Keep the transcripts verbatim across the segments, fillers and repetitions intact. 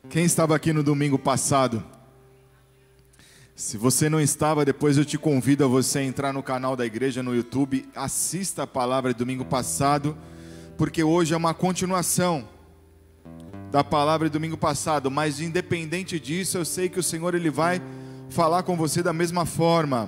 Quem estava aqui no domingo passado? Se você não estava, depois eu te convido a você entrar no canal da igreja no YouTube, assista a palavra de domingo passado, porque hoje é uma continuação da palavra de domingo passado, mas independente disso, eu sei que o Senhor ele vai falar com você da mesma forma.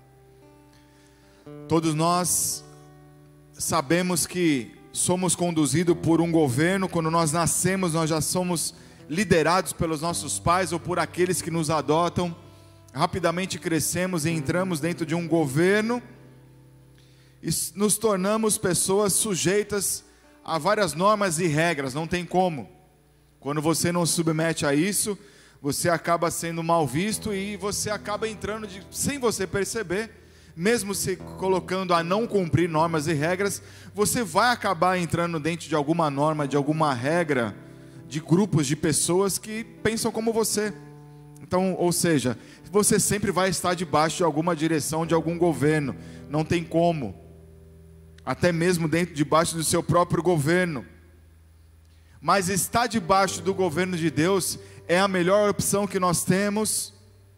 Todos nós sabemos que somos conduzidos por um governo. Quando nós nascemos, nós já somos liderados pelos nossos pais ou por aqueles que nos adotam. Rapidamente crescemos e entramos dentro de um governo e nos tornamos pessoas sujeitas a várias normas e regras. Não tem como. Quando você não se submete a isso, você acaba sendo mal visto e você acaba entrando de, sem você perceber, mesmo se colocando a não cumprir normas e regras, você vai acabar entrando dentro de alguma norma, de alguma regra, de grupos de pessoas que pensam como você. Então, ou seja, você sempre vai estar debaixo de alguma direção, de algum governo. Não tem como. Até mesmo dentro, debaixo do seu próprio governo. Mas estar debaixo do governo de Deus é a melhor opção que nós temos.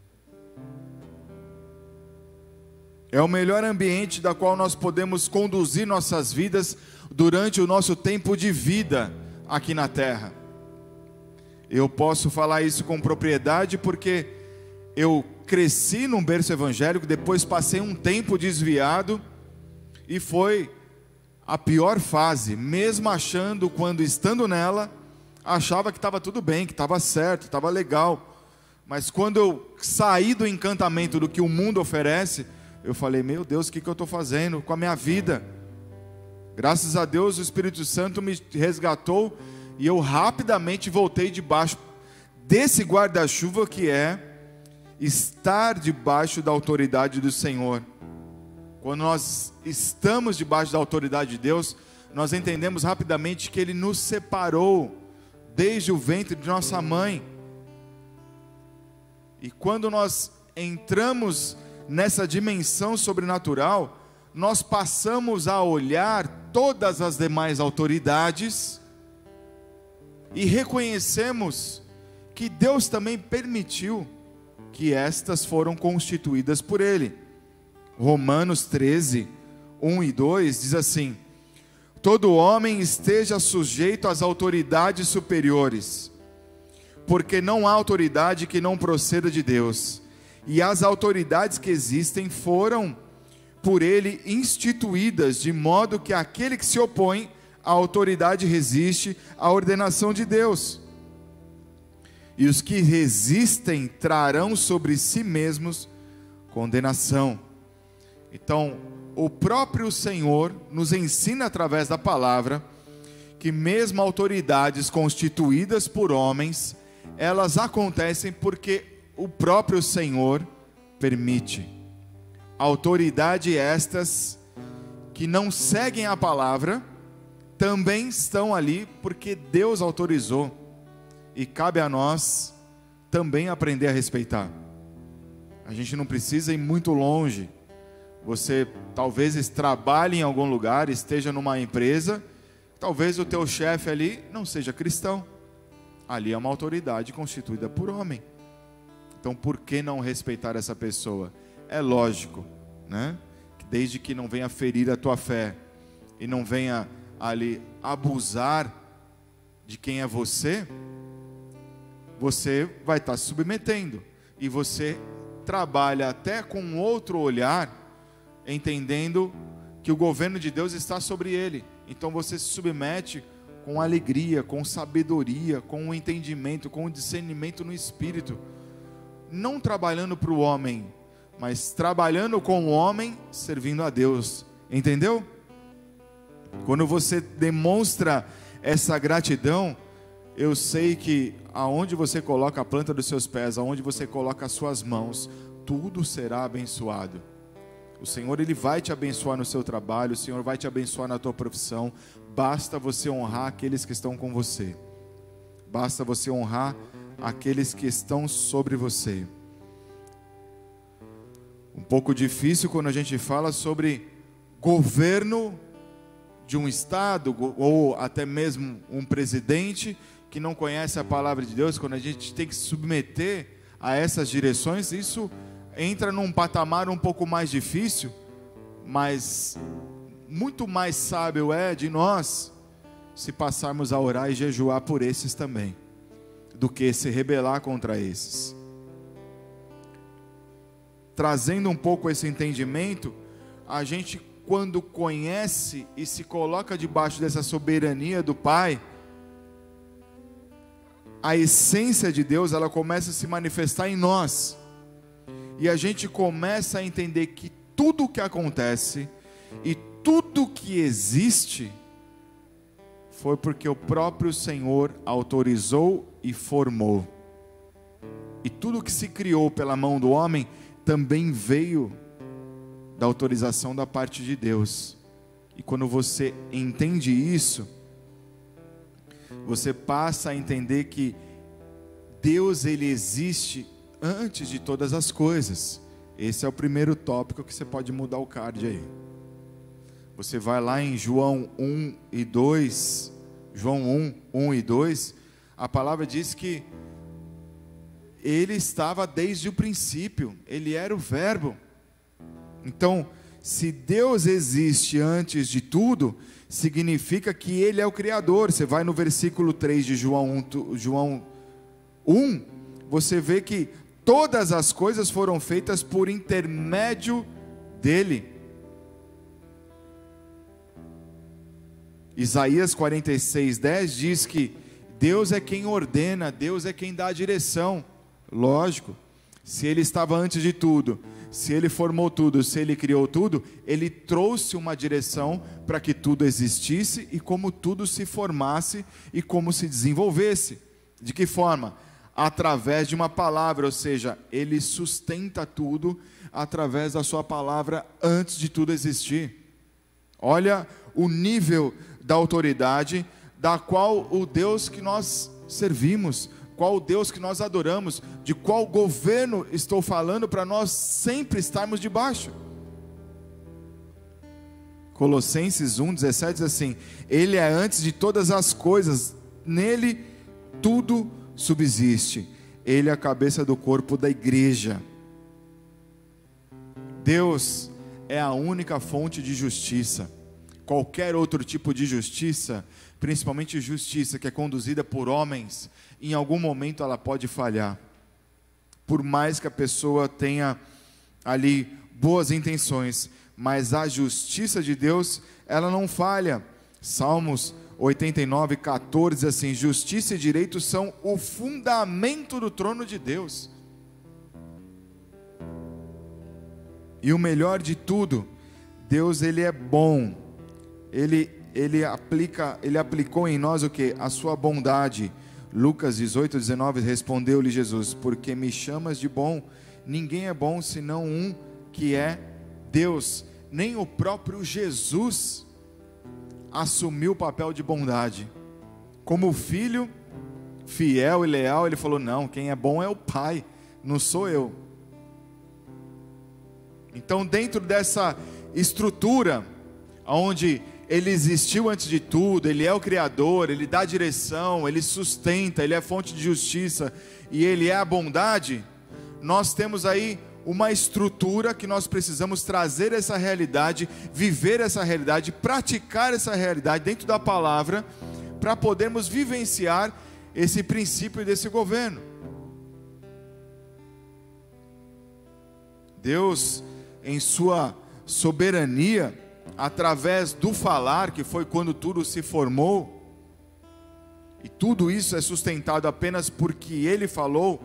É o melhor ambiente da qual nós podemos conduzir nossas vidas durante o nosso tempo de vida aqui na terra. Eu posso falar isso com propriedade porque eu cresci num berço evangélico, depois passei um tempo desviado e foi a pior fase, mesmo achando, quando estando nela, achava que estava tudo bem, que estava certo, estava legal. Mas quando eu saí do encantamento do que o mundo oferece, eu falei, meu Deus, o que, que eu estou fazendo com a minha vida? Graças a Deus o Espírito Santo me resgatou e eu rapidamente voltei debaixo desse guarda-chuva que é estar debaixo da autoridade do Senhor. Quando nós estamos debaixo da autoridade de Deus, nós entendemos rapidamente que Ele nos separou desde o ventre de nossa mãe. E quando nós entramos nessa dimensão sobrenatural, nós passamos a olhar todas as demais autoridades e reconhecemos que Deus também permitiu que estas foram constituídas por Ele. Romanos treze, um e dois diz assim: todo homem esteja sujeito às autoridades superiores, porque não há autoridade que não proceda de Deus, e as autoridades que existem foram por Ele instituídas, de modo que aquele que se opõe à autoridade resiste à ordenação de Deus. E os que resistem trarão sobre si mesmos condenação. Então, o próprio Senhor nos ensina através da palavra que mesmo autoridades constituídas por homens, elas acontecem porque o próprio Senhor permite. Autoridade estas que não seguem a palavra também estão ali porque Deus autorizou, e cabe a nós também aprender a respeitar. A gente não precisa ir muito longe. Você talvez trabalhe em algum lugar, esteja numa empresa, talvez o teu chefe ali não seja cristão. Ali é uma autoridade constituída por homem. Então por que não respeitar essa pessoa? É lógico, né? Desde que não venha ferir a tua fé e não venha ali abusar de quem é você, você vai estar se submetendo. E você trabalha até com outro olhar, entendendo que o governo de Deus está sobre ele. Então você se submete com alegria, com sabedoria, com o entendimento, com o discernimento no espírito, não trabalhando para o homem, mas trabalhando com o homem, servindo a Deus. Entendeu? Quando você demonstra essa gratidão, eu sei que aonde você coloca a planta dos seus pés, aonde você coloca as suas mãos, tudo será abençoado. O Senhor ele vai te abençoar no seu trabalho, o Senhor vai te abençoar na tua profissão. Basta você honrar aqueles que estão com você. Basta você honrar aqueles que estão sobre você. Um pouco difícil quando a gente fala sobre governo de um estado ou até mesmo um presidente que não conhece a palavra de Deus, quando a gente tem que se submeter a essas direções, isso entra num patamar um pouco mais difícil, mas muito mais sábio é de nós se passarmos a orar e jejuar por esses também, do que se rebelar contra esses. Trazendo um pouco esse entendimento, a gente, quando conhece e se coloca debaixo dessa soberania do Pai, a essência de Deus, ela começa a se manifestar em nós, e a gente começa a entender que tudo o que acontece e tudo o que existe foi porque o próprio Senhor autorizou e formou, e tudo que se criou pela mão do homem também veio da autorização da parte de Deus. E quando você entende isso, você passa a entender que Deus, ele existe antes de todas as coisas. Esse é o primeiro tópico que você pode mudar o card aí. Você vai lá em João um e dois, João um, um e dois, a palavra diz que ele estava desde o princípio, ele era o verbo. Então, se Deus existe antes de tudo, significa que ele é o Criador. Você vai no versículo três de João um, João um, você vê que todas as coisas foram feitas por intermédio dele. Isaías quarenta e seis, dez diz que Deus é quem ordena, Deus é quem dá a direção. Lógico, se ele estava antes de tudo, se ele formou tudo, se ele criou tudo, ele trouxe uma direção para que tudo existisse e como tudo se formasse e como se desenvolvesse. De que forma? Através de uma palavra, ou seja, ele sustenta tudo através da sua palavra antes de tudo existir. Olha o nível da autoridade da qual o Deus que nós servimos, qual o Deus que nós adoramos, de qual governo estou falando, para nós sempre estarmos debaixo. Colossenses um, dezessete diz assim: ele é antes de todas as coisas, nele tudo subsiste, ele é a cabeça do corpo da igreja. Deus é a única fonte de justiça. Qualquer outro tipo de justiça, principalmente justiça que é conduzida por homens, em algum momento ela pode falhar. Por mais que a pessoa tenha ali boas intenções, mas a justiça de Deus, ela não falha. Salmos oitenta e nove, quatorze diz assim: justiça e direito são o fundamento do trono de Deus. E o melhor de tudo, Deus, ele é bom. Ele, ele, aplica, ele aplicou em nós o que? A sua bondade. Lucas dezoito, dezenove, respondeu-lhe Jesus: porque me chamas de bom? Ninguém é bom senão um que é Deus. Nem o próprio Jesus assumiu o papel de bondade. Como filho fiel e leal, ele falou: não, quem é bom é o Pai, não sou eu. Então, dentro dessa estrutura, onde ele existiu antes de tudo, ele é o Criador, ele dá direção, ele sustenta, ele é fonte de justiça e ele é a bondade, nós temos aí uma estrutura que nós precisamos trazer essa realidade, viver essa realidade, praticar essa realidade dentro da palavra, para podermos vivenciar esse princípio desse governo. Deus, em sua soberania, através do falar, que foi quando tudo se formou, e tudo isso é sustentado apenas porque Ele falou,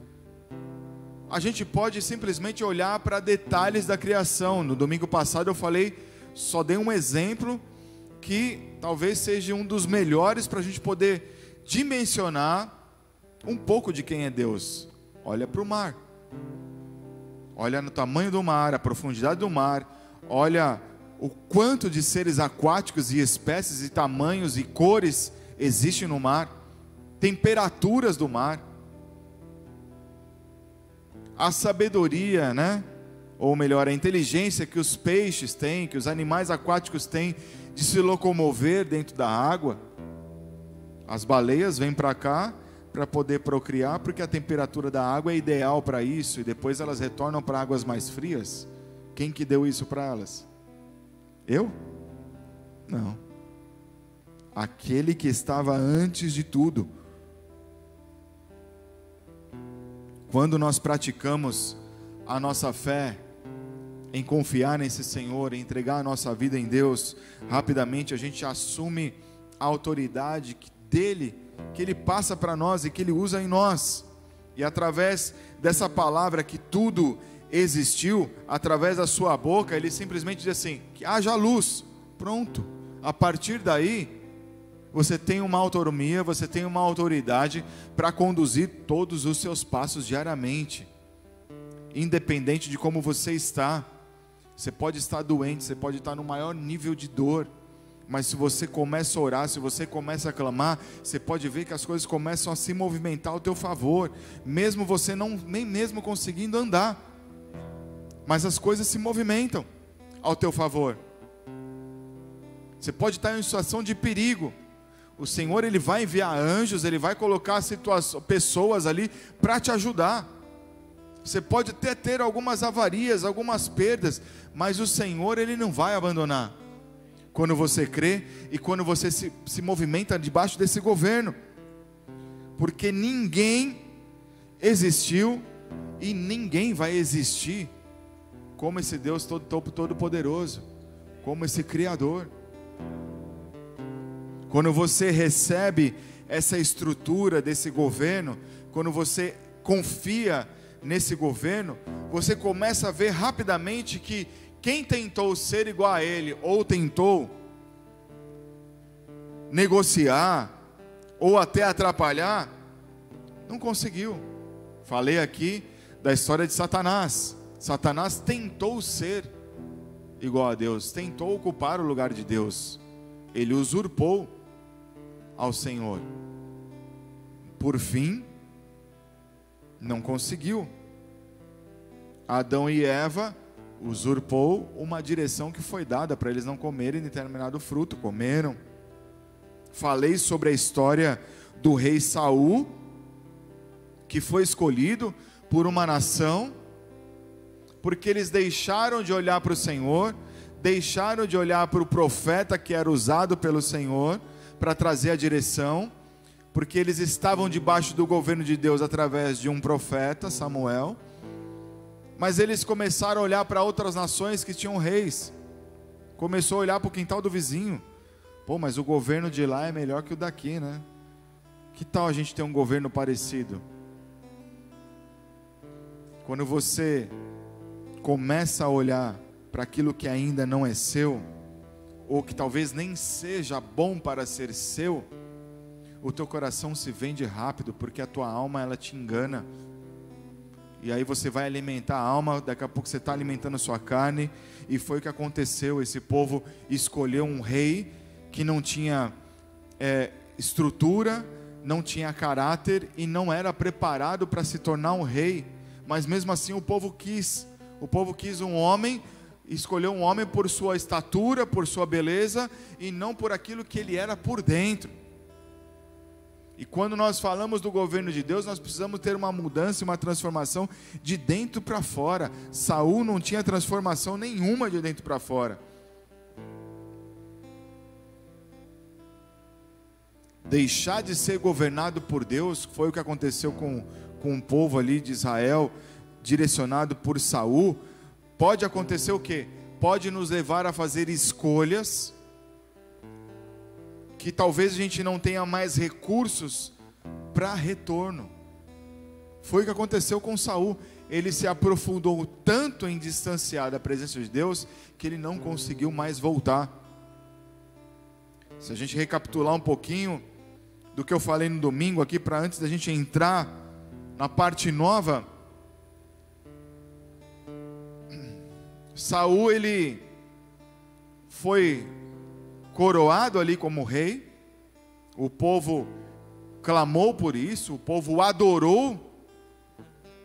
a gente pode simplesmente olhar para detalhes da criação. No domingo passado eu falei, só dei um exemplo, que talvez seja um dos melhores para a gente poder dimensionar um pouco de quem é Deus. Olha para o mar, olha no tamanho do mar, a profundidade do mar, olha o quanto de seres aquáticos e espécies e tamanhos e cores existe no mar, temperaturas do mar, a sabedoria, né? Ou melhor, a inteligência que os peixes têm, que os animais aquáticos têm de se locomover dentro da água, As baleias vêm para cá para poder procriar, porque a temperatura da água é ideal para isso, e depois elas retornam para águas mais frias. Quem que deu isso para elas? Eu? Não. Aquele que estava antes de tudo. Quando nós praticamos a nossa fé em confiar nesse Senhor, em entregar a nossa vida em Deus, rapidamente a gente assume a autoridade dele, que ele passa para nós e que ele usa em nós. E através dessa palavra que tudo existiu, através da sua boca, ele simplesmente diz assim: que haja luz. Pronto. A partir daí, você tem uma autonomia, você tem uma autoridade para conduzir todos os seus passos diariamente, independente de como você está. Você pode estar doente, você pode estar no maior nível de dor, mas se você começa a orar, se você começa a clamar, você pode ver que as coisas começam a se movimentar ao teu favor, mesmo você não, nem mesmo conseguindo andar, mas as coisas se movimentam ao teu favor. Você pode estar em uma situação de perigo, o Senhor ele vai enviar anjos, ele vai colocar situações, pessoas ali para te ajudar. Você pode até ter algumas avarias, algumas perdas, mas o Senhor ele não vai abandonar. Quando você crê e quando você se, se movimenta debaixo desse governo, porque ninguém existiu e ninguém vai existir como esse Deus todo, todo, todo poderoso, como esse Criador. Quando você recebe essa estrutura desse governo, quando você confia nesse governo, você começa a ver rapidamente que quem tentou ser igual a ele, ou tentou negociar, ou até atrapalhar, não conseguiu. Falei aqui da história de Satanás. Satanás tentou ser igual a Deus, tentou ocupar o lugar de Deus, ele usurpou ao Senhor. Por fim, não conseguiu. Adão e Eva usurpou uma direção que foi dada para eles não comerem determinado fruto, comeram. Falei sobre a história do rei Saul, que foi escolhido por uma nação, porque eles deixaram de olhar para o Senhor, deixaram de olhar para o profeta que era usado pelo Senhor para trazer a direção, porque eles estavam debaixo do governo de Deus através de um profeta, Samuel, mas eles começaram a olhar para outras nações que tinham reis, começou a olhar para o quintal do vizinho. Pô, mas o governo de lá é melhor que o daqui, né? Que tal a gente ter um governo parecido? Quando você começa a olhar para aquilo que ainda não é seu, ou que talvez nem seja bom para ser seu, o teu coração se vende rápido, porque a tua alma ela te engana, e aí você vai alimentar a alma, daqui a pouco você está alimentando a sua carne, e foi o que aconteceu. Esse povo escolheu um rei que não tinha é, estrutura, não tinha caráter, e não era preparado para se tornar um rei, mas mesmo assim o povo quis, o povo quis um homem, escolheu um homem por sua estatura, por sua beleza, e não por aquilo que ele era por dentro. E quando nós falamos do governo de Deus, nós precisamos ter uma mudança, uma transformação de dentro para fora. Saul não tinha transformação nenhuma de dentro para fora. Deixar de ser governado por Deus, foi o que aconteceu com, com o povo ali de Israel, direcionado por Saul. Pode acontecer o quê? Pode nos levar a fazer escolhas que talvez a gente não tenha mais recursos para retorno. Foi o que aconteceu com Saul. Ele se aprofundou tanto em distanciar da presença de Deus, que ele não conseguiu mais voltar. Se a gente recapitular um pouquinho do que eu falei no domingo aqui, para antes da gente entrar na parte nova, Saul ele foi coroado ali como rei, o povo clamou por isso, o povo adorou,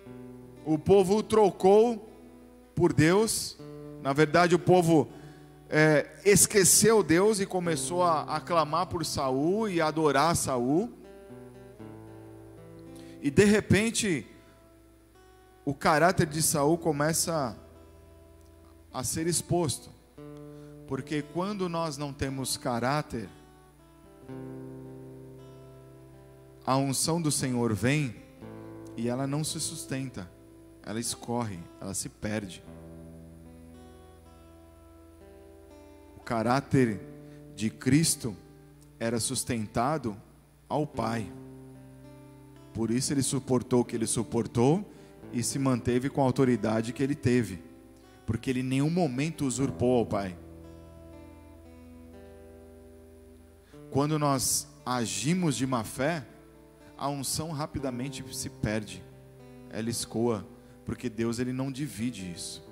o povo trocou por Deus. Na verdade o povo é, esqueceu Deus e começou a, a clamar por Saul e a adorar Saul. E de repente, o caráter de Saul começa a ser exposto. Porque quando nós não temos caráter, a unção do Senhor vem e ela não se sustenta, ela escorre, ela se perde. O caráter de Cristo era sustentado ao Pai. Por isso ele suportou o que ele suportou e se manteve com a autoridade que ele teve, porque ele em nenhum momento usurpou ao Pai. Quando nós agimos de má fé, a unção rapidamente se perde, ela escoa, porque Deus ele não divide isso.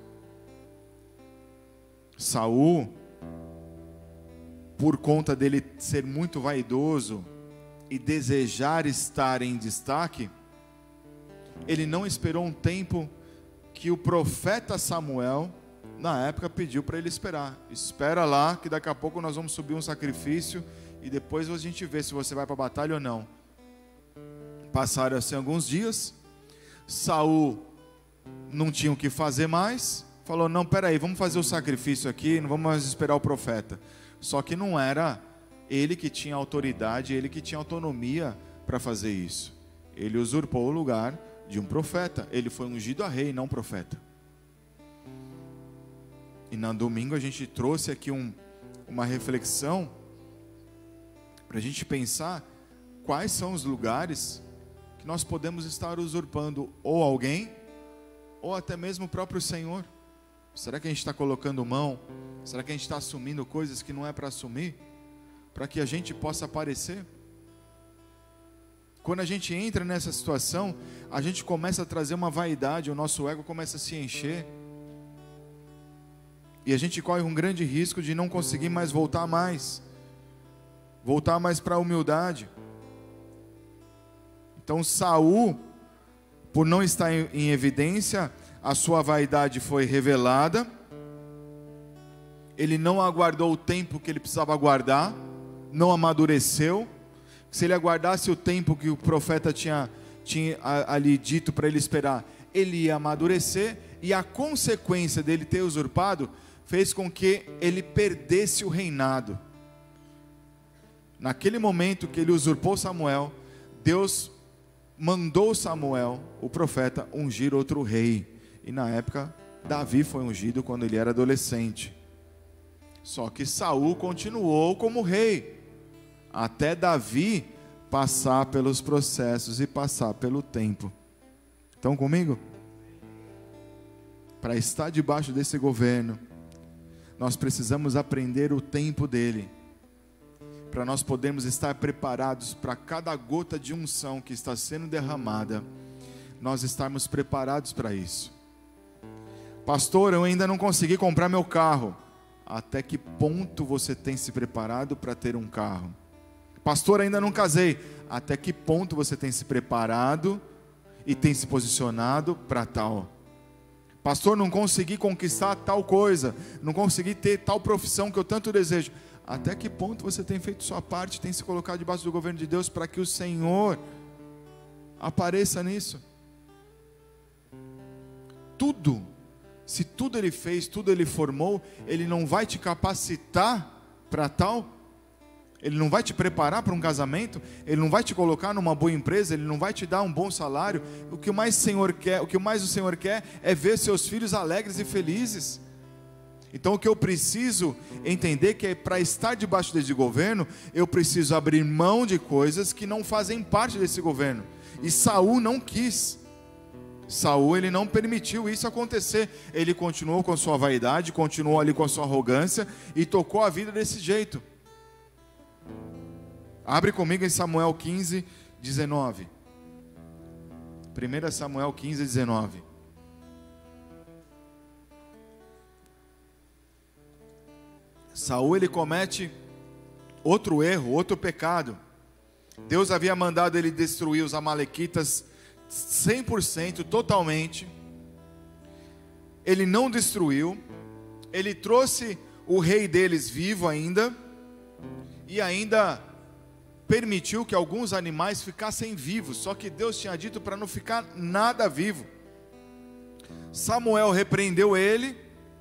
Saul, por conta dele ser muito vaidoso e desejar estar em destaque, ele não esperou um tempo que o profeta Samuel, na época, pediu para ele esperar. Espera lá, que daqui a pouco nós vamos subir um sacrifício e depois a gente vê se você vai para a batalha ou não. Passaram assim alguns dias, Saul não tinha o que fazer mais, falou, não, peraí, vamos fazer o sacrifício aqui, não vamos mais esperar o profeta. Só que não era ele que tinha autoridade, ele que tinha autonomia para fazer isso. Ele usurpou o lugar de um profeta, ele foi ungido a rei, não profeta. E no domingo a gente trouxe aqui um, uma reflexão, para a gente pensar quais são os lugares que nós podemos estar usurpando ou alguém, ou até mesmo o próprio Senhor. Será que a gente está colocando mão? Será que a gente está assumindo coisas que não é para assumir? Para que a gente possa aparecer? Quando a gente entra nessa situação, a gente começa a trazer uma vaidade, o nosso ego começa a se encher, e a gente corre um grande risco de não conseguir mais voltar mais, voltar mais para a humildade. Então Saul, por não estar em, em evidência, a sua vaidade foi revelada, ele não aguardou o tempo que ele precisava aguardar, não amadureceu. Se ele aguardasse o tempo que o profeta tinha, tinha ali dito para ele esperar, ele ia amadurecer, e a consequência dele ter usurpado, fez com que ele perdesse o reinado. Naquele momento que ele usurpou Samuel, Deus mandou Samuel, o profeta, ungir outro rei. E na época, Davi foi ungido quando ele era adolescente. Só que Saul continuou como rei, até Davi passar pelos processos e passar pelo tempo. Estão comigo? Para estar debaixo desse governo, nós precisamos aprender o tempo dele, para nós podermos estar preparados para cada gota de unção que está sendo derramada, nós estarmos preparados para isso. Pastor, eu ainda não consegui comprar meu carro. Até que ponto você tem se preparado para ter um carro? Pastor, ainda não casei. Até que ponto você tem se preparado e tem se posicionado para tal? Pastor, não consegui conquistar tal coisa, não consegui ter tal profissão que eu tanto desejo. Até que ponto você tem feito sua parte, tem se colocado debaixo do governo de Deus para que o Senhor apareça nisso? Tudo, se tudo Ele fez, tudo Ele formou, Ele não vai te capacitar para tal? Ele não vai te preparar para um casamento? Ele não vai te colocar numa boa empresa? Ele não vai te dar um bom salário? O que mais o Senhor quer, o que mais o Senhor quer é ver seus filhos alegres e felizes. Então o que eu preciso entender que é para estar debaixo desse governo, eu preciso abrir mão de coisas que não fazem parte desse governo. E Saul não quis. Saul, ele não permitiu isso acontecer. Ele continuou com a sua vaidade, continuou ali com a sua arrogância e tocou a vida desse jeito. Abre comigo em Samuel quinze, dezenove. primeiro Samuel quinze, dezenove. Saul, ele comete outro erro, outro pecado. Deus havia mandado ele destruir os amalequitas cem por cento, totalmente. Ele não destruiu. Ele trouxe o rei deles vivo ainda, e ainda permitiu que alguns animais ficassem vivos, só que Deus tinha dito para não ficar nada vivo. Samuel repreendeu ele,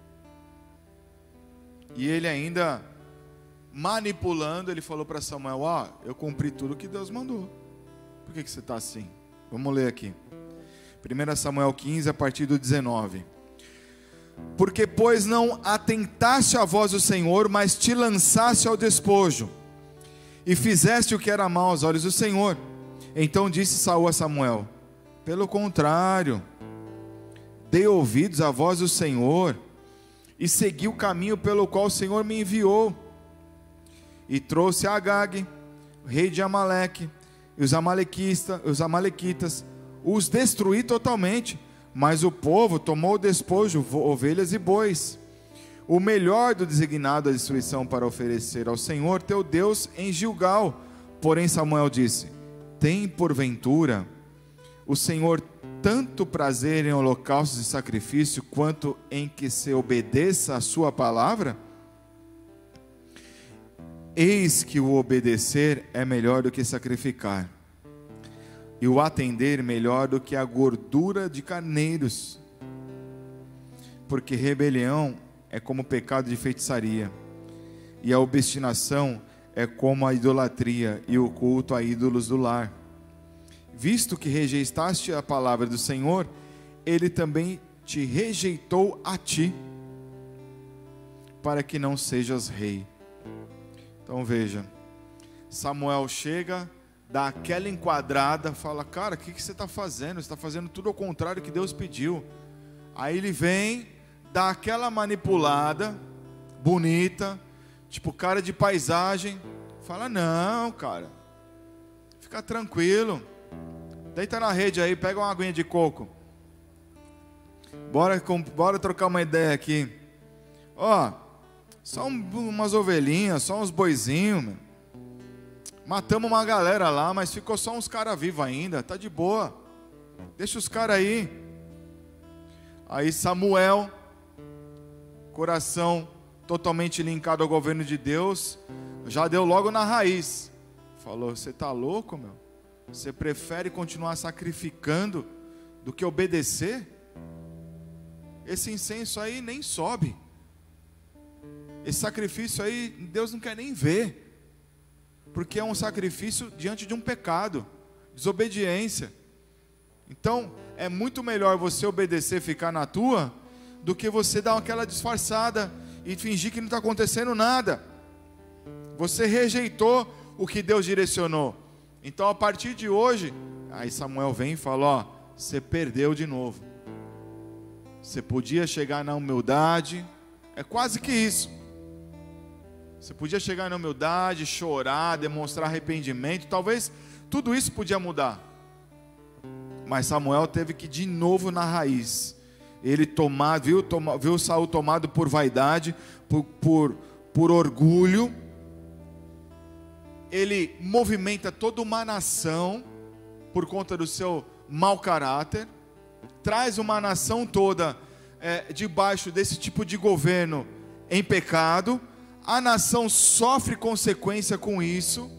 e ele ainda manipulando, ele falou para Samuel: ó, oh, eu cumpri tudo que Deus mandou, por que, que você está assim? Vamos ler aqui, primeiro Samuel quinze, a partir do dezenove. Porque pois não atentaste à voz do Senhor, mas te lançaste ao despojo, e fizeste o que era mal aos olhos do Senhor. Então disse Saul a Samuel: pelo contrário, dei ouvidos à voz do Senhor, e segui o caminho pelo qual o Senhor me enviou, e trouxe a Agag, rei de Amaleque, e os amalequitas, os amalequitas, os destruí totalmente, mas o povo tomou o despojo, ovelhas e bois, o melhor do designado à destruição, para oferecer ao Senhor teu Deus em Gilgal. Porém Samuel disse: tem porventura o Senhor tanto prazer em holocaustos e sacrifício, quanto em que se obedeça a sua palavra? Eis que o obedecer é melhor do que sacrificar, e o atender melhor do que a gordura de carneiros, porque rebelião é como pecado de feitiçaria, e a obstinação é como a idolatria e o culto a ídolos do lar. Visto que rejeitaste a palavra do Senhor, ele também te rejeitou a ti, para que não sejas rei. Então veja, Samuel chega, dá aquela enquadrada, fala: cara, o que, que você está fazendo? Você está fazendo tudo ao contrário que Deus pediu. Aí ele vem, dá aquela manipulada, bonita, tipo cara de paisagem, fala: não, cara, fica tranquilo, deita na rede aí, pega uma aguinha de coco, bora, bora trocar uma ideia aqui. Ó, só um, umas ovelhinhas, só uns boizinhos, meu. Matamos uma galera lá, mas ficou só uns caras vivos ainda, tá de boa, deixa os caras aí. Aí Samuel, coração totalmente linkado ao governo de Deus, já deu logo na raiz, falou: você tá louco, meu? Você prefere continuar sacrificando do que obedecer? Esse incenso aí nem sobe, esse sacrifício aí Deus não quer nem ver, porque é um sacrifício diante de um pecado, desobediência. Então é muito melhor você obedecer, ficar na tua, do que você dar aquela disfarçada e fingir que não está acontecendo nada. Você rejeitou o que Deus direcionou. Então a partir de hoje, aí Samuel vem e fala: ó, você perdeu de novo. Você podia chegar na humildade, é quase que isso. Você podia chegar na humildade, chorar, demonstrar arrependimento, talvez tudo isso podia mudar. Mas Samuel teve que ir de novo na raiz. Ele tomado, viu, toma, viu Saul tomado por vaidade, por, por, por orgulho. Ele movimenta toda uma nação por conta do seu mau caráter, traz uma nação toda é, debaixo desse tipo de governo em pecado. A nação sofre consequência com isso.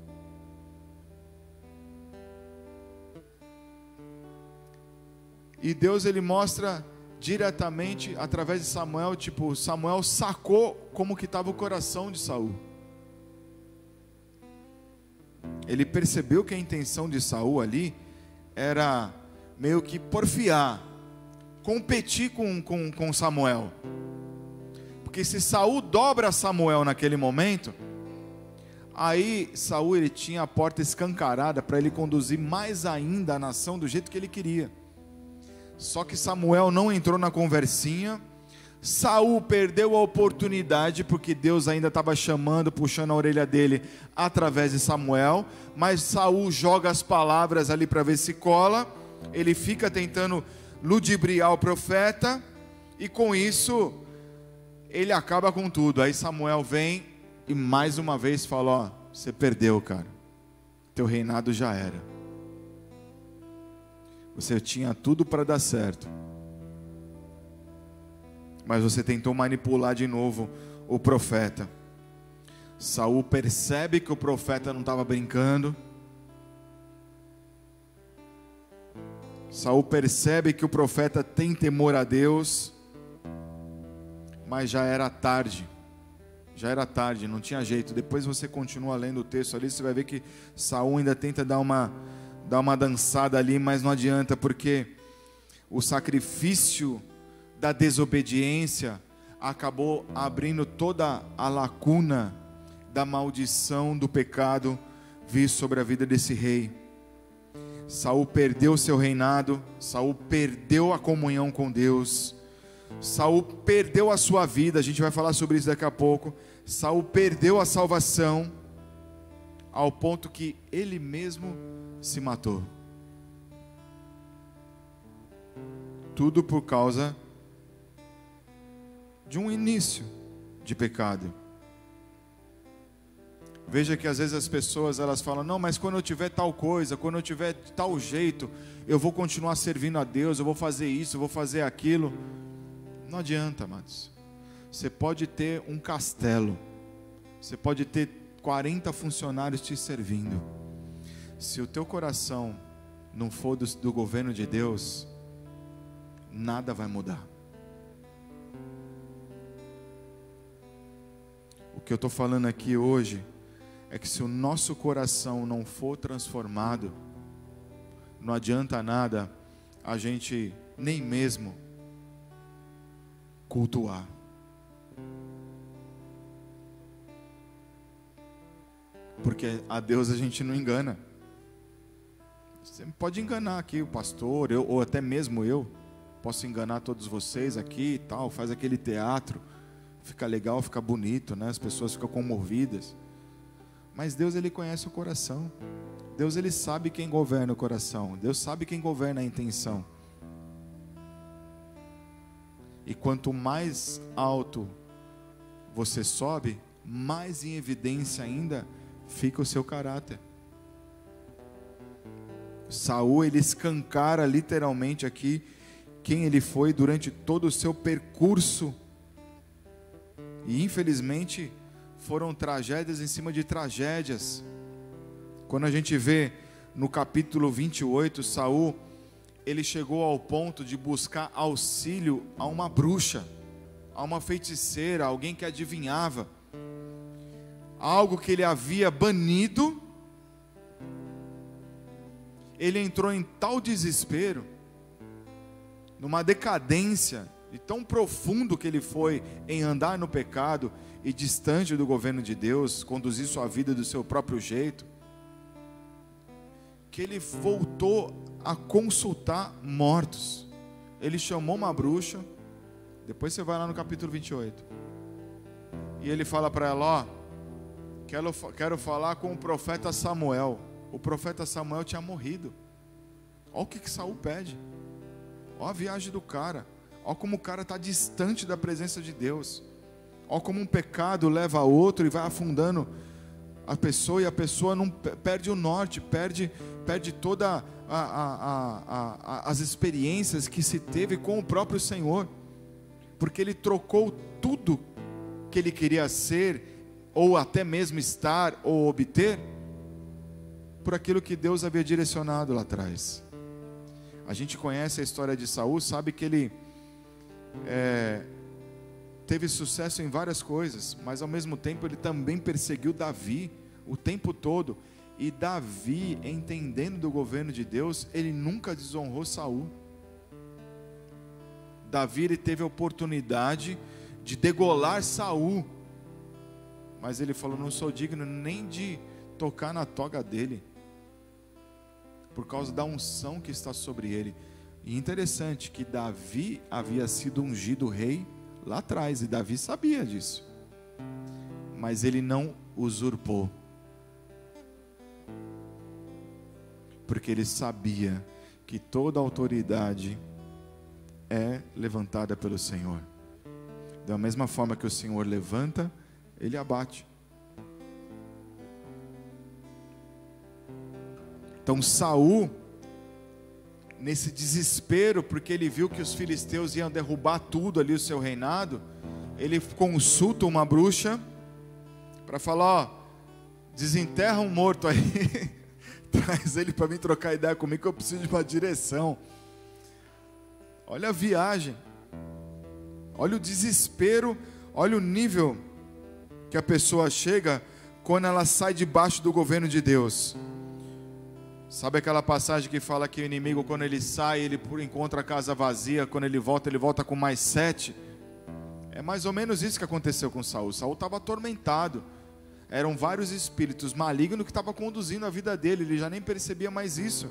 E Deus, ele mostra diretamente através de Samuel, tipo, Samuel sacou como que estava o coração de Saul. Ele percebeu que a intenção de Saul ali era meio que porfiar, competir com, com, com Samuel. Porque se Saul dobra Samuel naquele momento, aí Saul, ele tinha a porta escancarada para ele conduzir mais ainda a nação do jeito que ele queria. Só que Samuel não entrou na conversinha. Saul perdeu a oportunidade, porque Deus ainda estava chamando, puxando a orelha dele através de Samuel. Mas Saul joga as palavras ali para ver se cola. Ele fica tentando ludibriar o profeta, e com isso ele acaba com tudo. Aí Samuel vem e mais uma vez fala: ó, você perdeu, cara, teu reinado já era, você tinha tudo para dar certo, mas você tentou manipular de novo o profeta. Saul percebe que o profeta não estava brincando. Saul percebe que o profeta tem temor a Deus, mas já era tarde. Já era tarde, não tinha jeito. Depois você continua lendo o texto ali, você vai ver que Saul ainda tenta dar uma, dar uma dançada ali, mas não adianta, porque o sacrifício da desobediência acabou abrindo toda a lacuna da maldição do pecado visto sobre a vida desse rei. Saul perdeu seu reinado, Saul perdeu a comunhão com Deus, Saul perdeu a sua vida, a gente vai falar sobre isso daqui a pouco. Saul perdeu a salvação, ao ponto que ele mesmo se matou. Tudo por causa de um início de pecado. Veja que às vezes as pessoas elas falam: não, mas quando eu tiver tal coisa, quando eu tiver tal jeito, eu vou continuar servindo a Deus, eu vou fazer isso, eu vou fazer aquilo. Não adianta, amados. Você pode ter um castelo, você pode ter quarenta funcionários te servindo. Se o teu coração não for do, do governo de Deus, nada vai mudar. O que eu estou falando aqui hoje é que se o nosso coração não for transformado, não adianta nada a gente nem mesmo cultuar. Porque a Deus a gente não engana. Você pode enganar aqui o pastor, eu, ou até mesmo eu, posso enganar todos vocês aqui e tal, faz aquele teatro, fica legal, fica bonito, né? As pessoas ficam comovidas. Mas Deus, Ele conhece o coração. Deus, Ele sabe quem governa o coração. Deus sabe quem governa a intenção. E quanto mais alto você sobe, mais em evidência ainda fica o seu caráter. Saul, ele escancara literalmente aqui quem ele foi durante todo o seu percurso. E infelizmente foram tragédias em cima de tragédias. Quando a gente vê no capítulo vinte e oito, Saul, ele chegou ao ponto de buscar auxílio a uma bruxa, a uma feiticeira, alguém que adivinhava, algo que ele havia banido. Ele entrou em tal desespero, numa decadência, e tão profundo que ele foi em andar no pecado e distante do governo de Deus, conduzir sua vida do seu próprio jeito, que ele voltou a consultar mortos. Ele chamou uma bruxa, depois você vai lá no capítulo vinte e oito, e ele fala para ela: ó, quero, quero falar com o profeta Samuel. O profeta Samuel tinha morrido. Olha o que, que Saul pede. Olha a viagem do cara. Olha como o cara está distante da presença de Deus. Olha como um pecado leva a outro e vai afundando a pessoa, e a pessoa não perde o norte, perde, perde toda a, a, a, a, as experiências que se teve com o próprio Senhor, porque ele trocou tudo que ele queria ser, ou até mesmo estar, ou obter, por aquilo que Deus havia direcionado lá atrás. A gente conhece a história de Saul, sabe que ele é, teve sucesso em várias coisas, mas ao mesmo tempo ele também perseguiu Davi o tempo todo. E Davi, entendendo do governo de Deus, ele nunca desonrou Saul. Davi, ele teve a oportunidade de degolar Saul, mas ele falou: não sou digno nem de tocar na toga dele, por causa da unção que está sobre ele. E interessante que Davi havia sido ungido rei lá atrás, e Davi sabia disso, mas ele não usurpou, porque ele sabia que toda autoridade é levantada pelo Senhor. Da mesma forma que o Senhor levanta, Ele abate. Então Saul, nesse desespero, porque ele viu que os filisteus iam derrubar tudo ali, o seu reinado, ele consulta uma bruxa para falar: ó, desenterra um morto aí, traz ele para mim trocar ideia comigo, que eu preciso de uma direção. Olha a viagem, olha o desespero, olha o nível que a pessoa chega quando ela sai debaixo do governo de Deus. Sabe aquela passagem que fala que o inimigo, quando ele sai, ele encontra a casa vazia, quando ele volta, ele volta com mais sete? É mais ou menos isso que aconteceu com Saul. Saul estava atormentado, eram vários espíritos malignos que estavam conduzindo a vida dele, ele já nem percebia mais isso.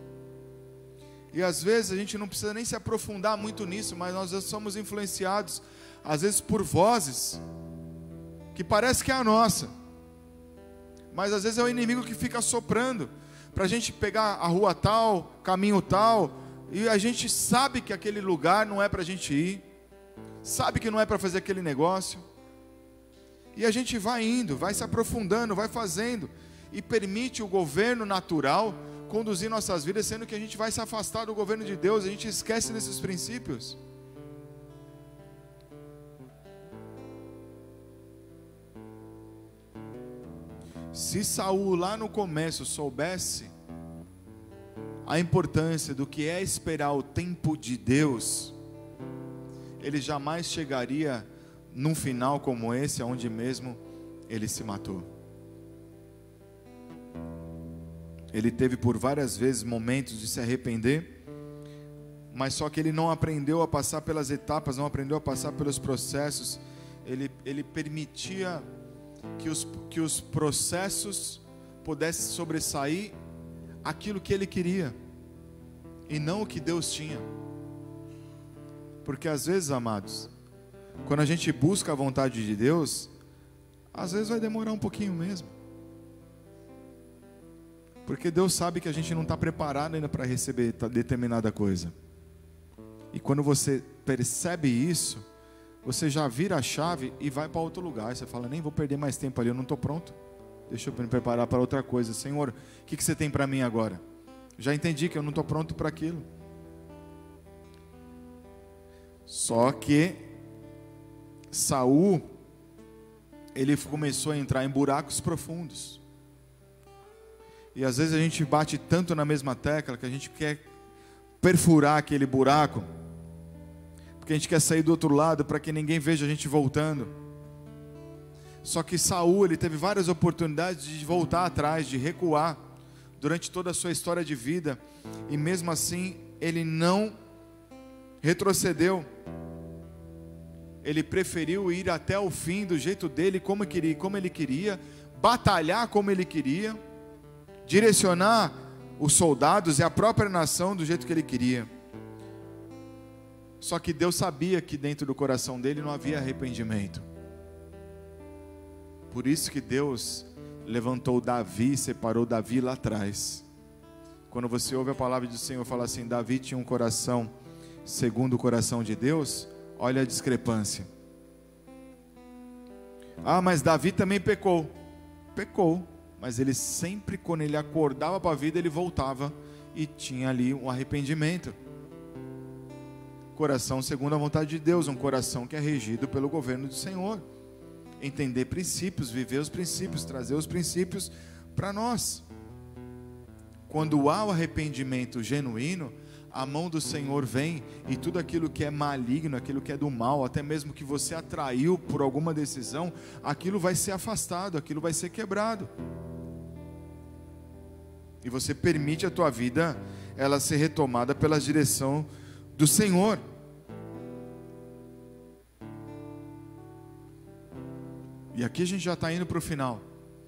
E às vezes a gente não precisa nem se aprofundar muito nisso, mas nós já somos influenciados, às vezes por vozes, que parece que é a nossa, mas às vezes é o inimigo que fica soprando, para a gente pegar a rua tal, caminho tal, e a gente sabe que aquele lugar não é para a gente ir, sabe que não é para fazer aquele negócio, e a gente vai indo, vai se aprofundando, vai fazendo, e permite o governo natural conduzir nossas vidas, sendo que a gente vai se afastar do governo de Deus, a gente esquece desses princípios. Se Saul lá no começo soubesse a importância do que é esperar o tempo de Deus, ele jamais chegaria num final como esse, onde mesmo ele se matou. Ele teve por várias vezes momentos de se arrepender, mas só que ele não aprendeu a passar pelas etapas, não aprendeu a passar pelos processos. Ele, ele permitia que os, que os processos pudessem sobressair aquilo que ele queria, e não o que Deus tinha. Porque às vezes, amados, quando a gente busca a vontade de Deus, às vezes vai demorar um pouquinho mesmo, porque Deus sabe que a gente não está preparado ainda para receber determinada coisa. E quando você percebe isso, você já vira a chave e vai para outro lugar. Você fala: nem vou perder mais tempo ali, eu não estou pronto, deixa eu me preparar para outra coisa. Senhor, o que, que você tem para mim agora? Já entendi que eu não estou pronto para aquilo. Só que Saul, ele começou a entrar em buracos profundos. E às vezes a gente bate tanto na mesma tecla que a gente quer perfurar aquele buraco, porque a gente quer sair do outro lado para que ninguém veja a gente voltando. Só que Saul, ele teve várias oportunidades de voltar atrás, de recuar durante toda a sua história de vida, e mesmo assim ele não retrocedeu. Ele preferiu ir até o fim do jeito dele, como ele queria, como ele queria, batalhar como ele queria, direcionar os soldados e a própria nação do jeito que ele queria. Só que Deus sabia que dentro do coração dele não havia arrependimento. Por isso que Deus levantou Davi, separou Davi lá atrás. Quando você ouve a palavra do Senhor falar assim: Davi tinha um coração segundo o coração de Deus, olha a discrepância. Ah, mas Davi também pecou. Pecou. Mas ele sempre, quando ele acordava para a vida, ele voltava e tinha ali um arrependimento. Coração segundo a vontade de Deus, um coração que é regido pelo governo do Senhor. Entender princípios, viver os princípios, trazer os princípios para nós. Quando há o arrependimento genuíno, a mão do Senhor vem e tudo aquilo que é maligno, aquilo que é do mal, até mesmo que você atraiu por alguma decisão, aquilo vai ser afastado, aquilo vai ser quebrado. E você permite a tua vida, ela ser retomada pela direção do Senhor. E aqui a gente já está indo para o final.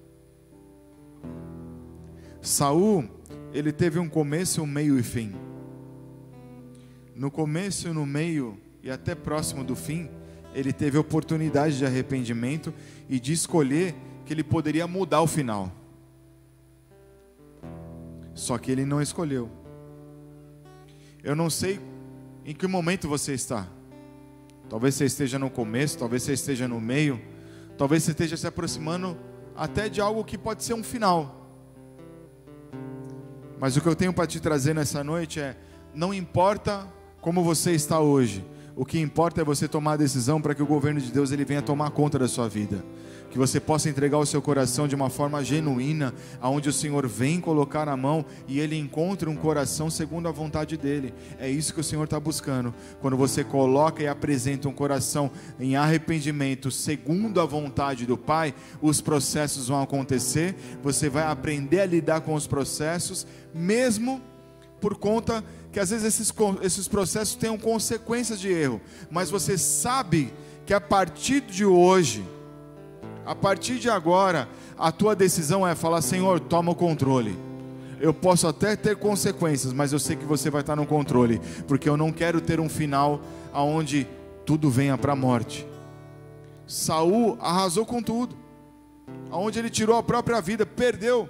Saul, ele teve um começo, um meio e fim. No começo, no meio e até próximo do fim, ele teve oportunidade de arrependimento e de escolher que ele poderia mudar o final. Só que ele não escolheu. Eu não sei em que momento você está. Talvez você esteja no começo, talvez você esteja no meio, talvez você esteja se aproximando até de algo que pode ser um final. Mas o que eu tenho para te trazer nessa noite é: não importa como você está hoje, O que importa é você tomar a decisão para que o governo de Deus ele venha tomar conta da sua vida. Que você possa entregar o seu coração de uma forma genuína, aonde o Senhor vem colocar a mão e Ele encontra um coração segundo a vontade dEle. É isso que o Senhor está buscando. Quando você coloca e apresenta um coração em arrependimento segundo a vontade do Pai, os processos vão acontecer, você vai aprender a lidar com os processos, mesmo por conta que às vezes esses, esses processos tenham consequências de erro, mas você sabe que a partir de hoje, a partir de agora, a tua decisão é falar: Senhor, toma o controle. Eu posso até ter consequências, mas eu sei que você vai estar no controle, porque eu não quero ter um final onde tudo venha para a morte. Saul arrasou com tudo, aonde ele tirou a própria vida, perdeu.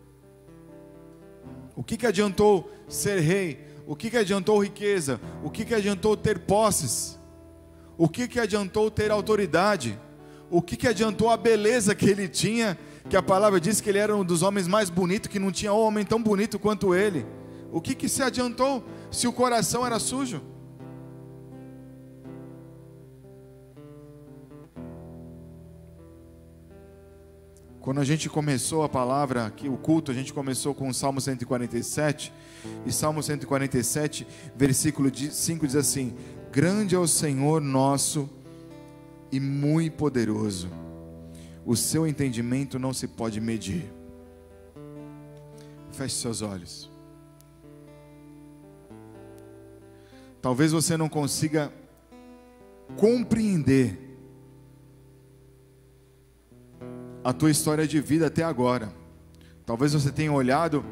O que que adiantou ser rei? O que que adiantou riqueza? O que que adiantou ter posses? O que que adiantou ter autoridade? O que que adiantou a beleza que ele tinha, que a palavra diz que ele era um dos homens mais bonitos, que não tinha homem tão bonito quanto ele? O que que se adiantou se o coração era sujo? Quando a gente começou a palavra aqui, o culto, a gente começou com o Salmo cento e quarenta e sete, e Salmo cento e quarenta e sete, versículo cinco diz assim: grande é o Senhor nosso e muito poderoso, o seu entendimento não se pode medir. Feche seus olhos. Talvez você não consiga compreender a tua história de vida até agora. Talvez você tenha olhado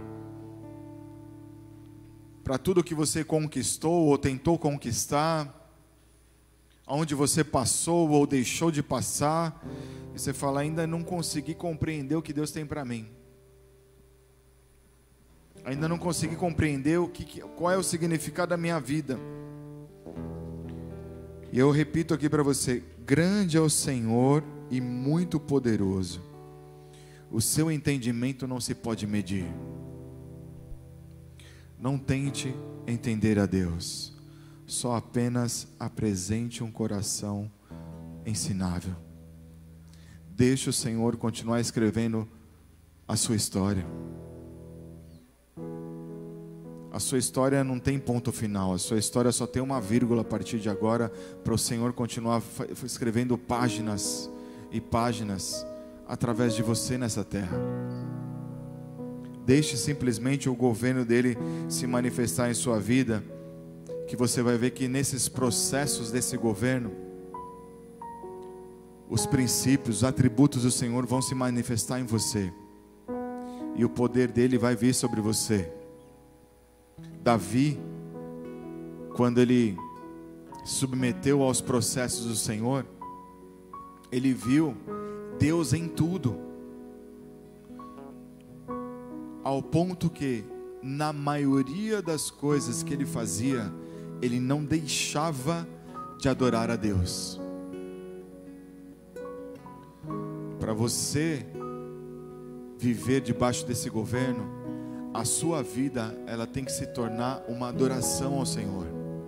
para tudo que você conquistou ou tentou conquistar, aonde você passou ou deixou de passar, e você fala: ainda não consegui compreender o que Deus tem para mim. Ainda não consegui compreender o que, qual é o significado da minha vida. E eu repito aqui para você: grande é o Senhor e muito poderoso, o seu entendimento não se pode medir. Não tente entender a Deus, só apenas apresente um coração ensinável. Deixe o Senhor continuar escrevendo a sua história. A sua história não tem ponto final, a sua história só tem uma vírgula a partir de agora, para o Senhor continuar escrevendo páginas e páginas através de você nessa terra. Deixe simplesmente o governo dele se manifestar em sua vida, que você vai ver que nesses processos desse governo, os princípios, os atributos do Senhor vão se manifestar em você, e o poder dele vai vir sobre você. Davi, quando ele submeteu aos processos do Senhor, ele viu Deus em tudo, ao ponto que na maioria das coisas que ele fazia, ele não deixava de adorar a Deus. Para você viver debaixo desse governo, a sua vida, ela tem que se tornar uma adoração ao Senhor.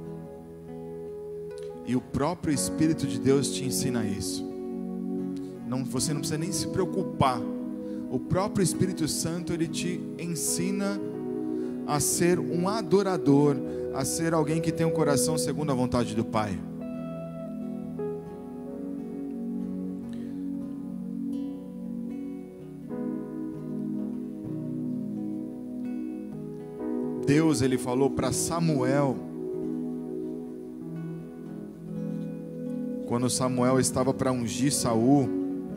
E o próprio Espírito de Deus te ensina isso. Não, você não precisa nem se preocupar. O próprio Espírito Santo, ele te ensina a ser um adorador, a ser alguém que tem um coração segundo a vontade do Pai. Deus, ele falou para Samuel, quando Samuel estava para ungir Saul,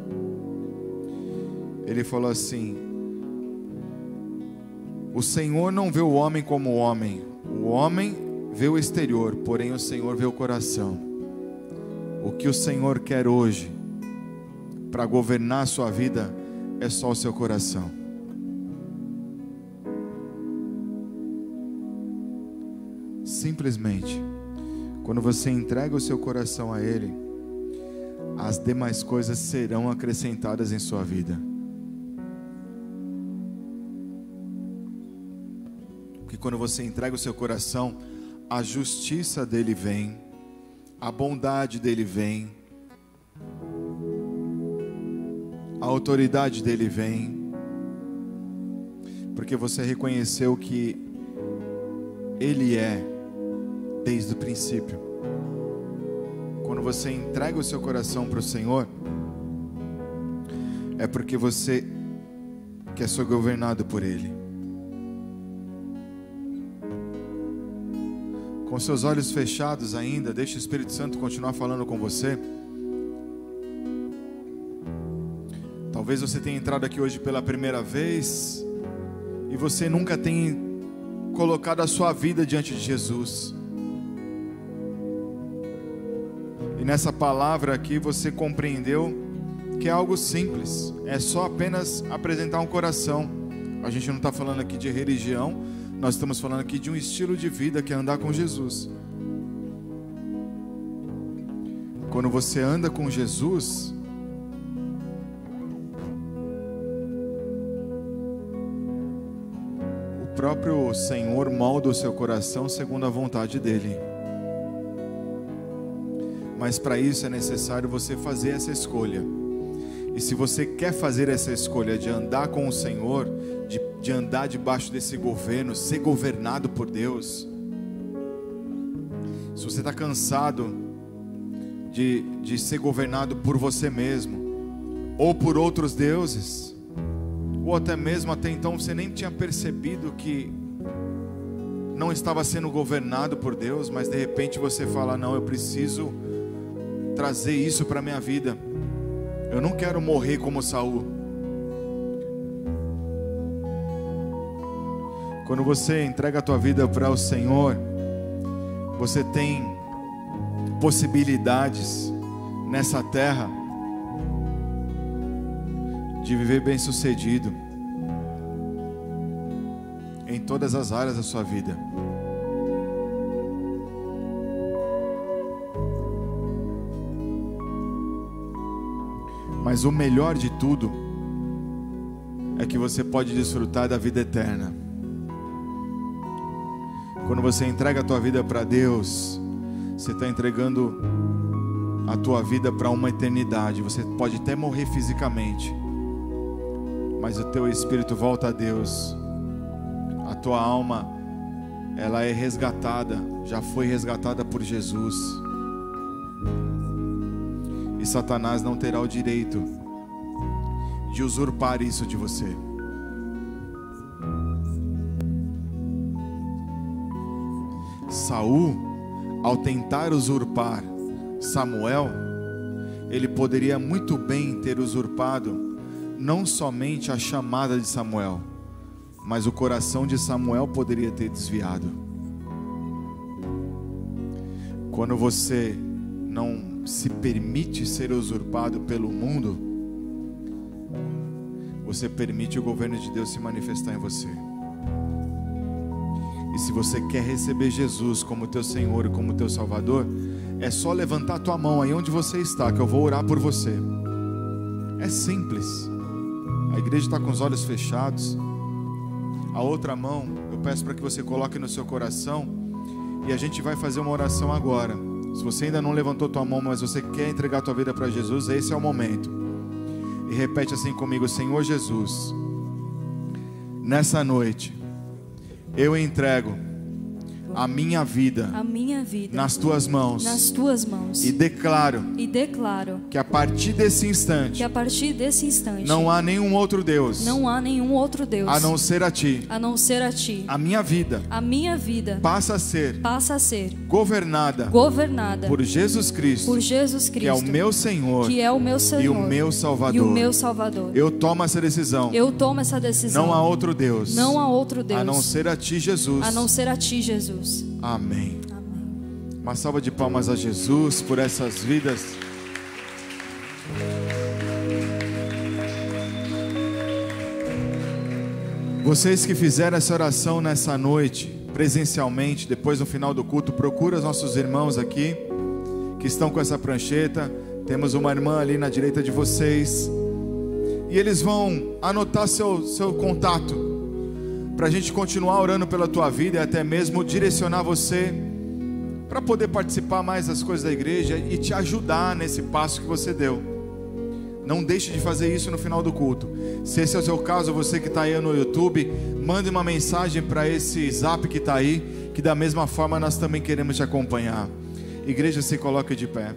ele falou assim: o Senhor não vê o homem como homem, o homem vê o exterior, porém o Senhor vê o coração. O que o Senhor quer hoje para governar a sua vida é só o seu coração. Simplesmente, quando você entrega o seu coração a Ele, as demais coisas serão acrescentadas em sua vida. Porque quando você entrega o seu coração, a justiça dele vem, a bondade dele vem, a autoridade dele vem, porque você reconheceu que ele é desde o princípio. Quando você entrega o seu coração para o Senhor, é porque você quer ser governado por ele. Com seus olhos fechados ainda, deixe o Espírito Santo continuar falando com você. Talvez você tenha entrado aqui hoje pela primeira vez e você nunca tenha colocado a sua vida diante de Jesus. E nessa palavra aqui você compreendeu que é algo simples, é só apenas apresentar um coração. A gente não está falando aqui de religião, nós estamos falando aqui de um estilo de vida que é andar com Jesus. Quando você anda com Jesus, o próprio Senhor molda o seu coração segundo a vontade dele. Mas para isso é necessário você fazer essa escolha. E se você quer fazer essa escolha de andar com o Senhor, de, de andar debaixo desse governo, ser governado por Deus, se você está cansado de, de ser governado por você mesmo, ou por outros deuses, ou até mesmo até então você nem tinha percebido que não estava sendo governado por Deus, mas de repente você fala: não, eu preciso trazer isso para a minha vida. Eu não quero morrer como Saul. Quando você entrega a tua vida para o Senhor, você tem possibilidades nessa terra de viver bem sucedido em todas as áreas da sua vida. Mas o melhor de tudo é que você pode desfrutar da vida eterna. Quando você entrega a tua vida para Deus, você está entregando a tua vida para uma eternidade. Você pode até morrer fisicamente, mas o teu espírito volta a Deus. A tua alma, ela é resgatada, já foi resgatada por Jesus. E Satanás não terá o direito de usurpar isso de você. Saul, ao tentar usurpar Samuel, ele poderia muito bem ter usurpado não somente a chamada de Samuel, mas o coração de Samuel poderia ter desviado. Quando você não se permite ser usurpado pelo mundo, você permite o governo de Deus se manifestar em você. E se você quer receber Jesus como teu Senhor e como teu Salvador, é só levantar tua mão aí onde você está, que eu vou orar por você. É simples. A igreja está com os olhos fechados. A outra mão eu peço para que você coloque no seu coração, e a gente vai fazer uma oração agora. Se você ainda não levantou tua mão, mas você quer entregar tua vida para Jesus, esse é o momento. E repete assim comigo: Senhor Jesus, nessa noite eu entrego a minha vida, a minha vida nas tuas mãos, nas tuas mãos, e declaro, e declaro que a partir desse instante, que a partir desse instante não há nenhum outro Deus, não há nenhum outro Deus a não ser a ti. a não ser a ti. A minha vida, A minha vida passa a ser passa a ser governada, governada por Jesus Cristo, por Jesus Cristo, que é o meu Senhor, que é o meu Senhor e o meu Salvador. e o meu Salvador. Eu tomo essa decisão. Eu tomo essa decisão. Não há outro Deus, Não há outro Deus a não ser a ti, Jesus. a não ser a ti, Jesus. Amém. Amém. Uma salva de palmas a Jesus por essas vidas. Vocês que fizeram essa oração nessa noite, presencialmente, depois no final do culto, procura os nossos irmãos aqui, que estão com essa prancheta. Temos uma irmã ali na direita de vocês, e eles vão anotar seu, seu contato, para a gente continuar orando pela tua vida, e até mesmo direcionar você para poder participar mais das coisas da igreja e te ajudar nesse passo que você deu. Não deixe de fazer isso no final do culto. Se esse é o seu caso, você que está aí no YouTube, mande uma mensagem para esse zap que está aí, que da mesma forma nós também queremos te acompanhar. Igreja, se coloque de pé.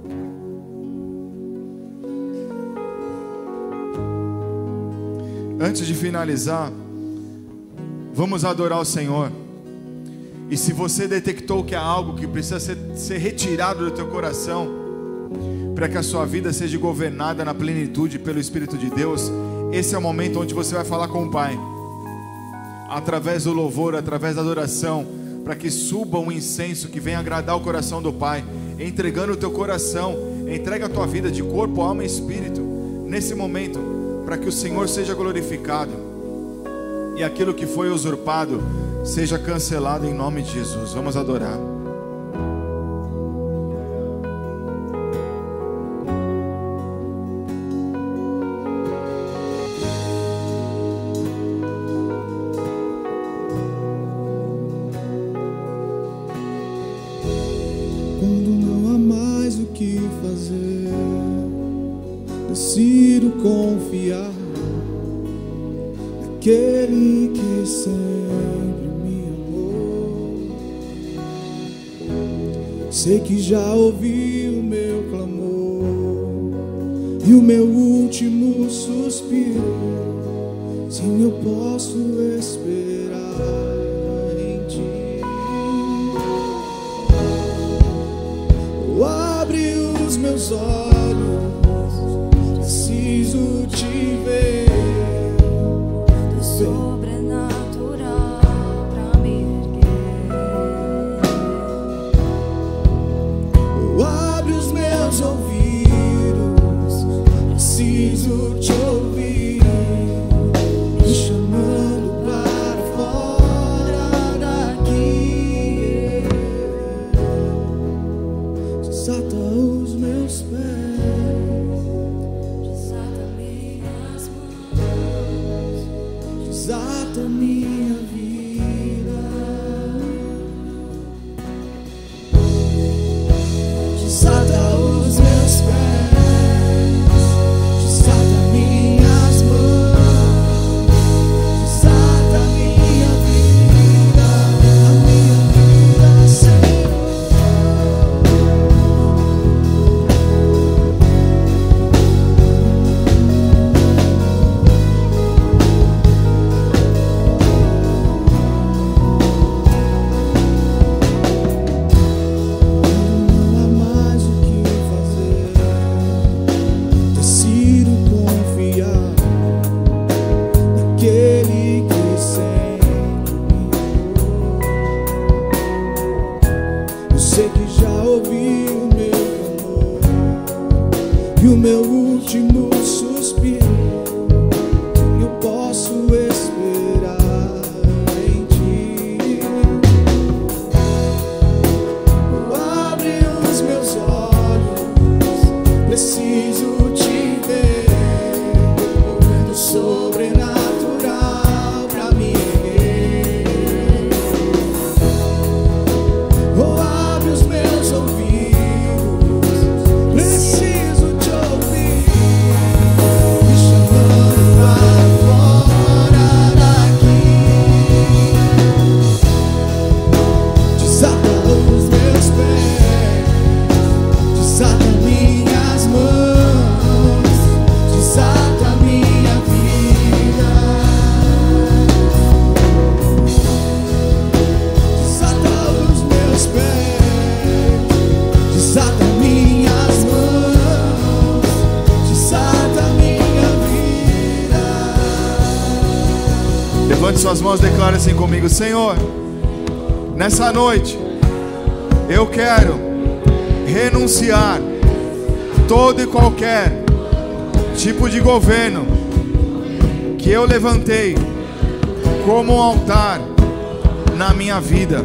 Antes de finalizar, vamos adorar o Senhor. E se você detectou que há algo que precisa ser, ser retirado do teu coração, para que a sua vida seja governada na plenitude pelo Espírito de Deus, esse é o momento onde você vai falar com o Pai, através do louvor, através da adoração, para que suba um incenso que venha agradar o coração do Pai, entregando o teu coração. Entrega a tua vida de corpo, alma e espírito nesse momento, para que o Senhor seja glorificado e aquilo que foi usurpado seja cancelado em nome de Jesus. Vamos adorar. Quando não há mais o que fazer, decido confiar naquele que sempre me amou. Sei que já ouvi o meu clamor e o meu último suspiro. Sim, eu posso esperar em ti. Abre os meus olhos, preciso te ver. Sobrenatural pra me erguer. Abre os meus ouvidos, preciso te ouvir, me chamando para fora daqui. Desata os meus pés, Desata minhas mãos. desata minha vida, desata os meus pés, desata minhas mãos, desata minha vida, a minha vida, Senhor. Não há mais o que fazer, decido confiar naquele que sempre me amou. Eu sei que já ouvi o meu clamor e o meu último suspiro. Eu posso esperar em ti. Abre os meus olhos, preciso te ver, movendo sobrenatural pra me erguer. Oh, abre os meus ouvidos, preciso te ouvir, me chamando para fora daqui. Desata os meus pés, desata minhas mãos, desata minha vida, desata os meus pés, desata minhas mãos, desata minha vida. Levante suas mãos, declare assim comigo: Senhor, nessa noite eu quero renunciar todo e qualquer tipo de governo que eu levantei como um altar na minha vida.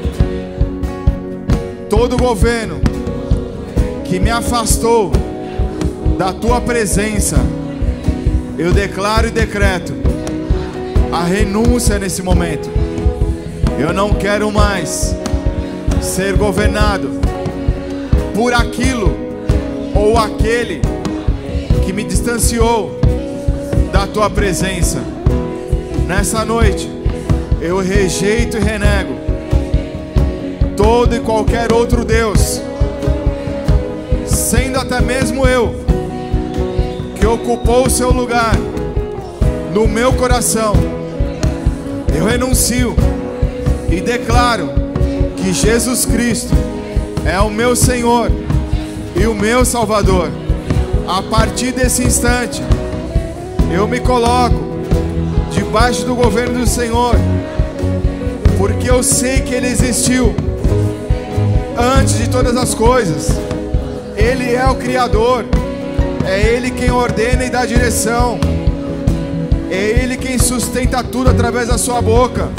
Todo governo que me afastou da tua presença, eu declaro e decreto a renúncia nesse momento. Eu não quero mais ser governado por aquilo ou aquele que me distanciou da tua presença. Nessa noite, eu rejeito e renego todo e qualquer outro Deus, sendo até mesmo eu, que ocupou o seu lugar no meu coração. Eu renuncio e declaro que Jesus Cristo é o meu Senhor e o meu Salvador. A partir desse instante, eu me coloco debaixo do governo do Senhor, porque eu sei que Ele existiu antes de todas as coisas. Ele é o Criador, é Ele quem ordena e dá direção, é Ele quem sustenta tudo através da sua boca.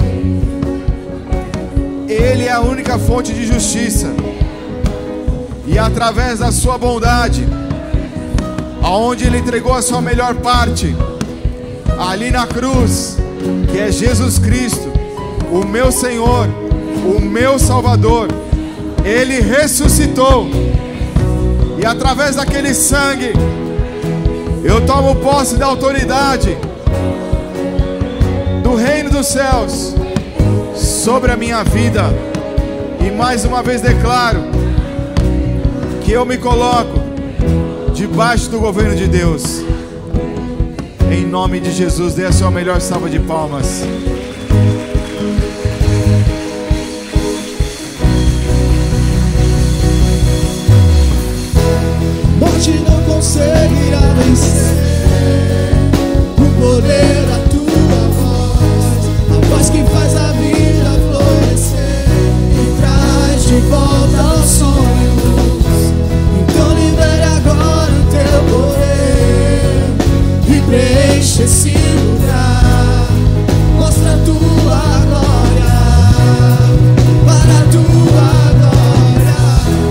Ele é a única fonte de justiça, e através da sua bondade, aonde Ele entregou a sua melhor parte, ali na cruz, que é Jesus Cristo, o meu Senhor, o meu Salvador, Ele ressuscitou, e através daquele sangue, eu tomo posse da autoridade do reino dos céus sobre a minha vida, e mais uma vez declaro que eu me coloco debaixo do governo de Deus. Em nome de Jesus, dê a sua melhor salva de palmas. Morte não conseguirá vencer o poder da tua voz, a voz que faz a vida florescer e traz de volta os sonhos. Então libere agora o teu poder e preenche esse lugar. Mostra a tua glória, para a tua glória.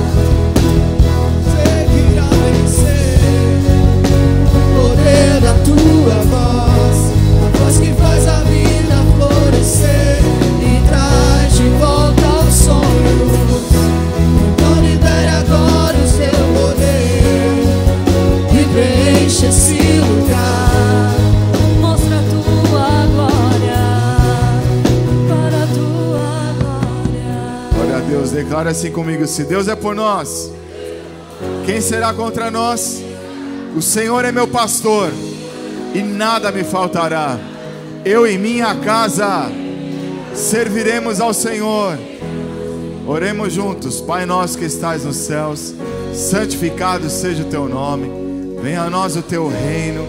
Seguirá vencer o poder da tua voz, a voz que faz a vida florescer e traz de volta os sonhos. Então libere agora o seu poder e preenche esse lugar. Mostra a tua glória, para a tua glória. Glória a Deus, declara assim comigo: se Deus é por nós, quem será contra nós? O Senhor é meu pastor e nada me faltará. Eu e minha casa serviremos ao Senhor. Oremos juntos. Pai nosso que estás nos céus, santificado seja o teu nome, venha a nós o teu reino,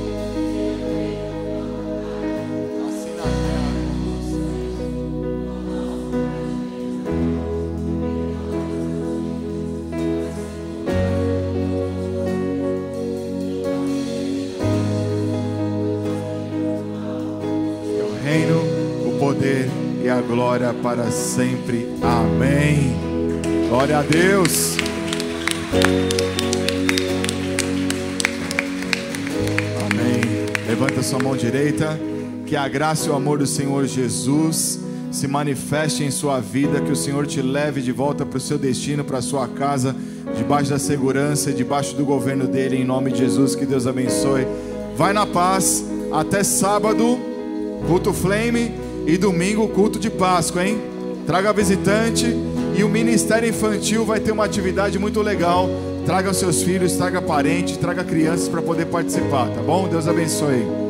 assim na terra como nos céus. Teu reino, o poder e a glória para sempre. Amém. Glória a Deus. Amém. Levanta sua mão direita. Que a graça e o amor do Senhor Jesus se manifeste em sua vida. Que o Senhor te leve de volta para o seu destino, para a sua casa, debaixo da segurança e debaixo do governo dele. Em nome de Jesus, que Deus abençoe. Vai na paz. Até sábado, culto Flame, e domingo, culto de Páscoa, hein? Traga visitante, e o Ministério Infantil vai ter uma atividade muito legal. Traga seus filhos, traga parentes, traga crianças para poder participar, tá bom? Deus abençoe.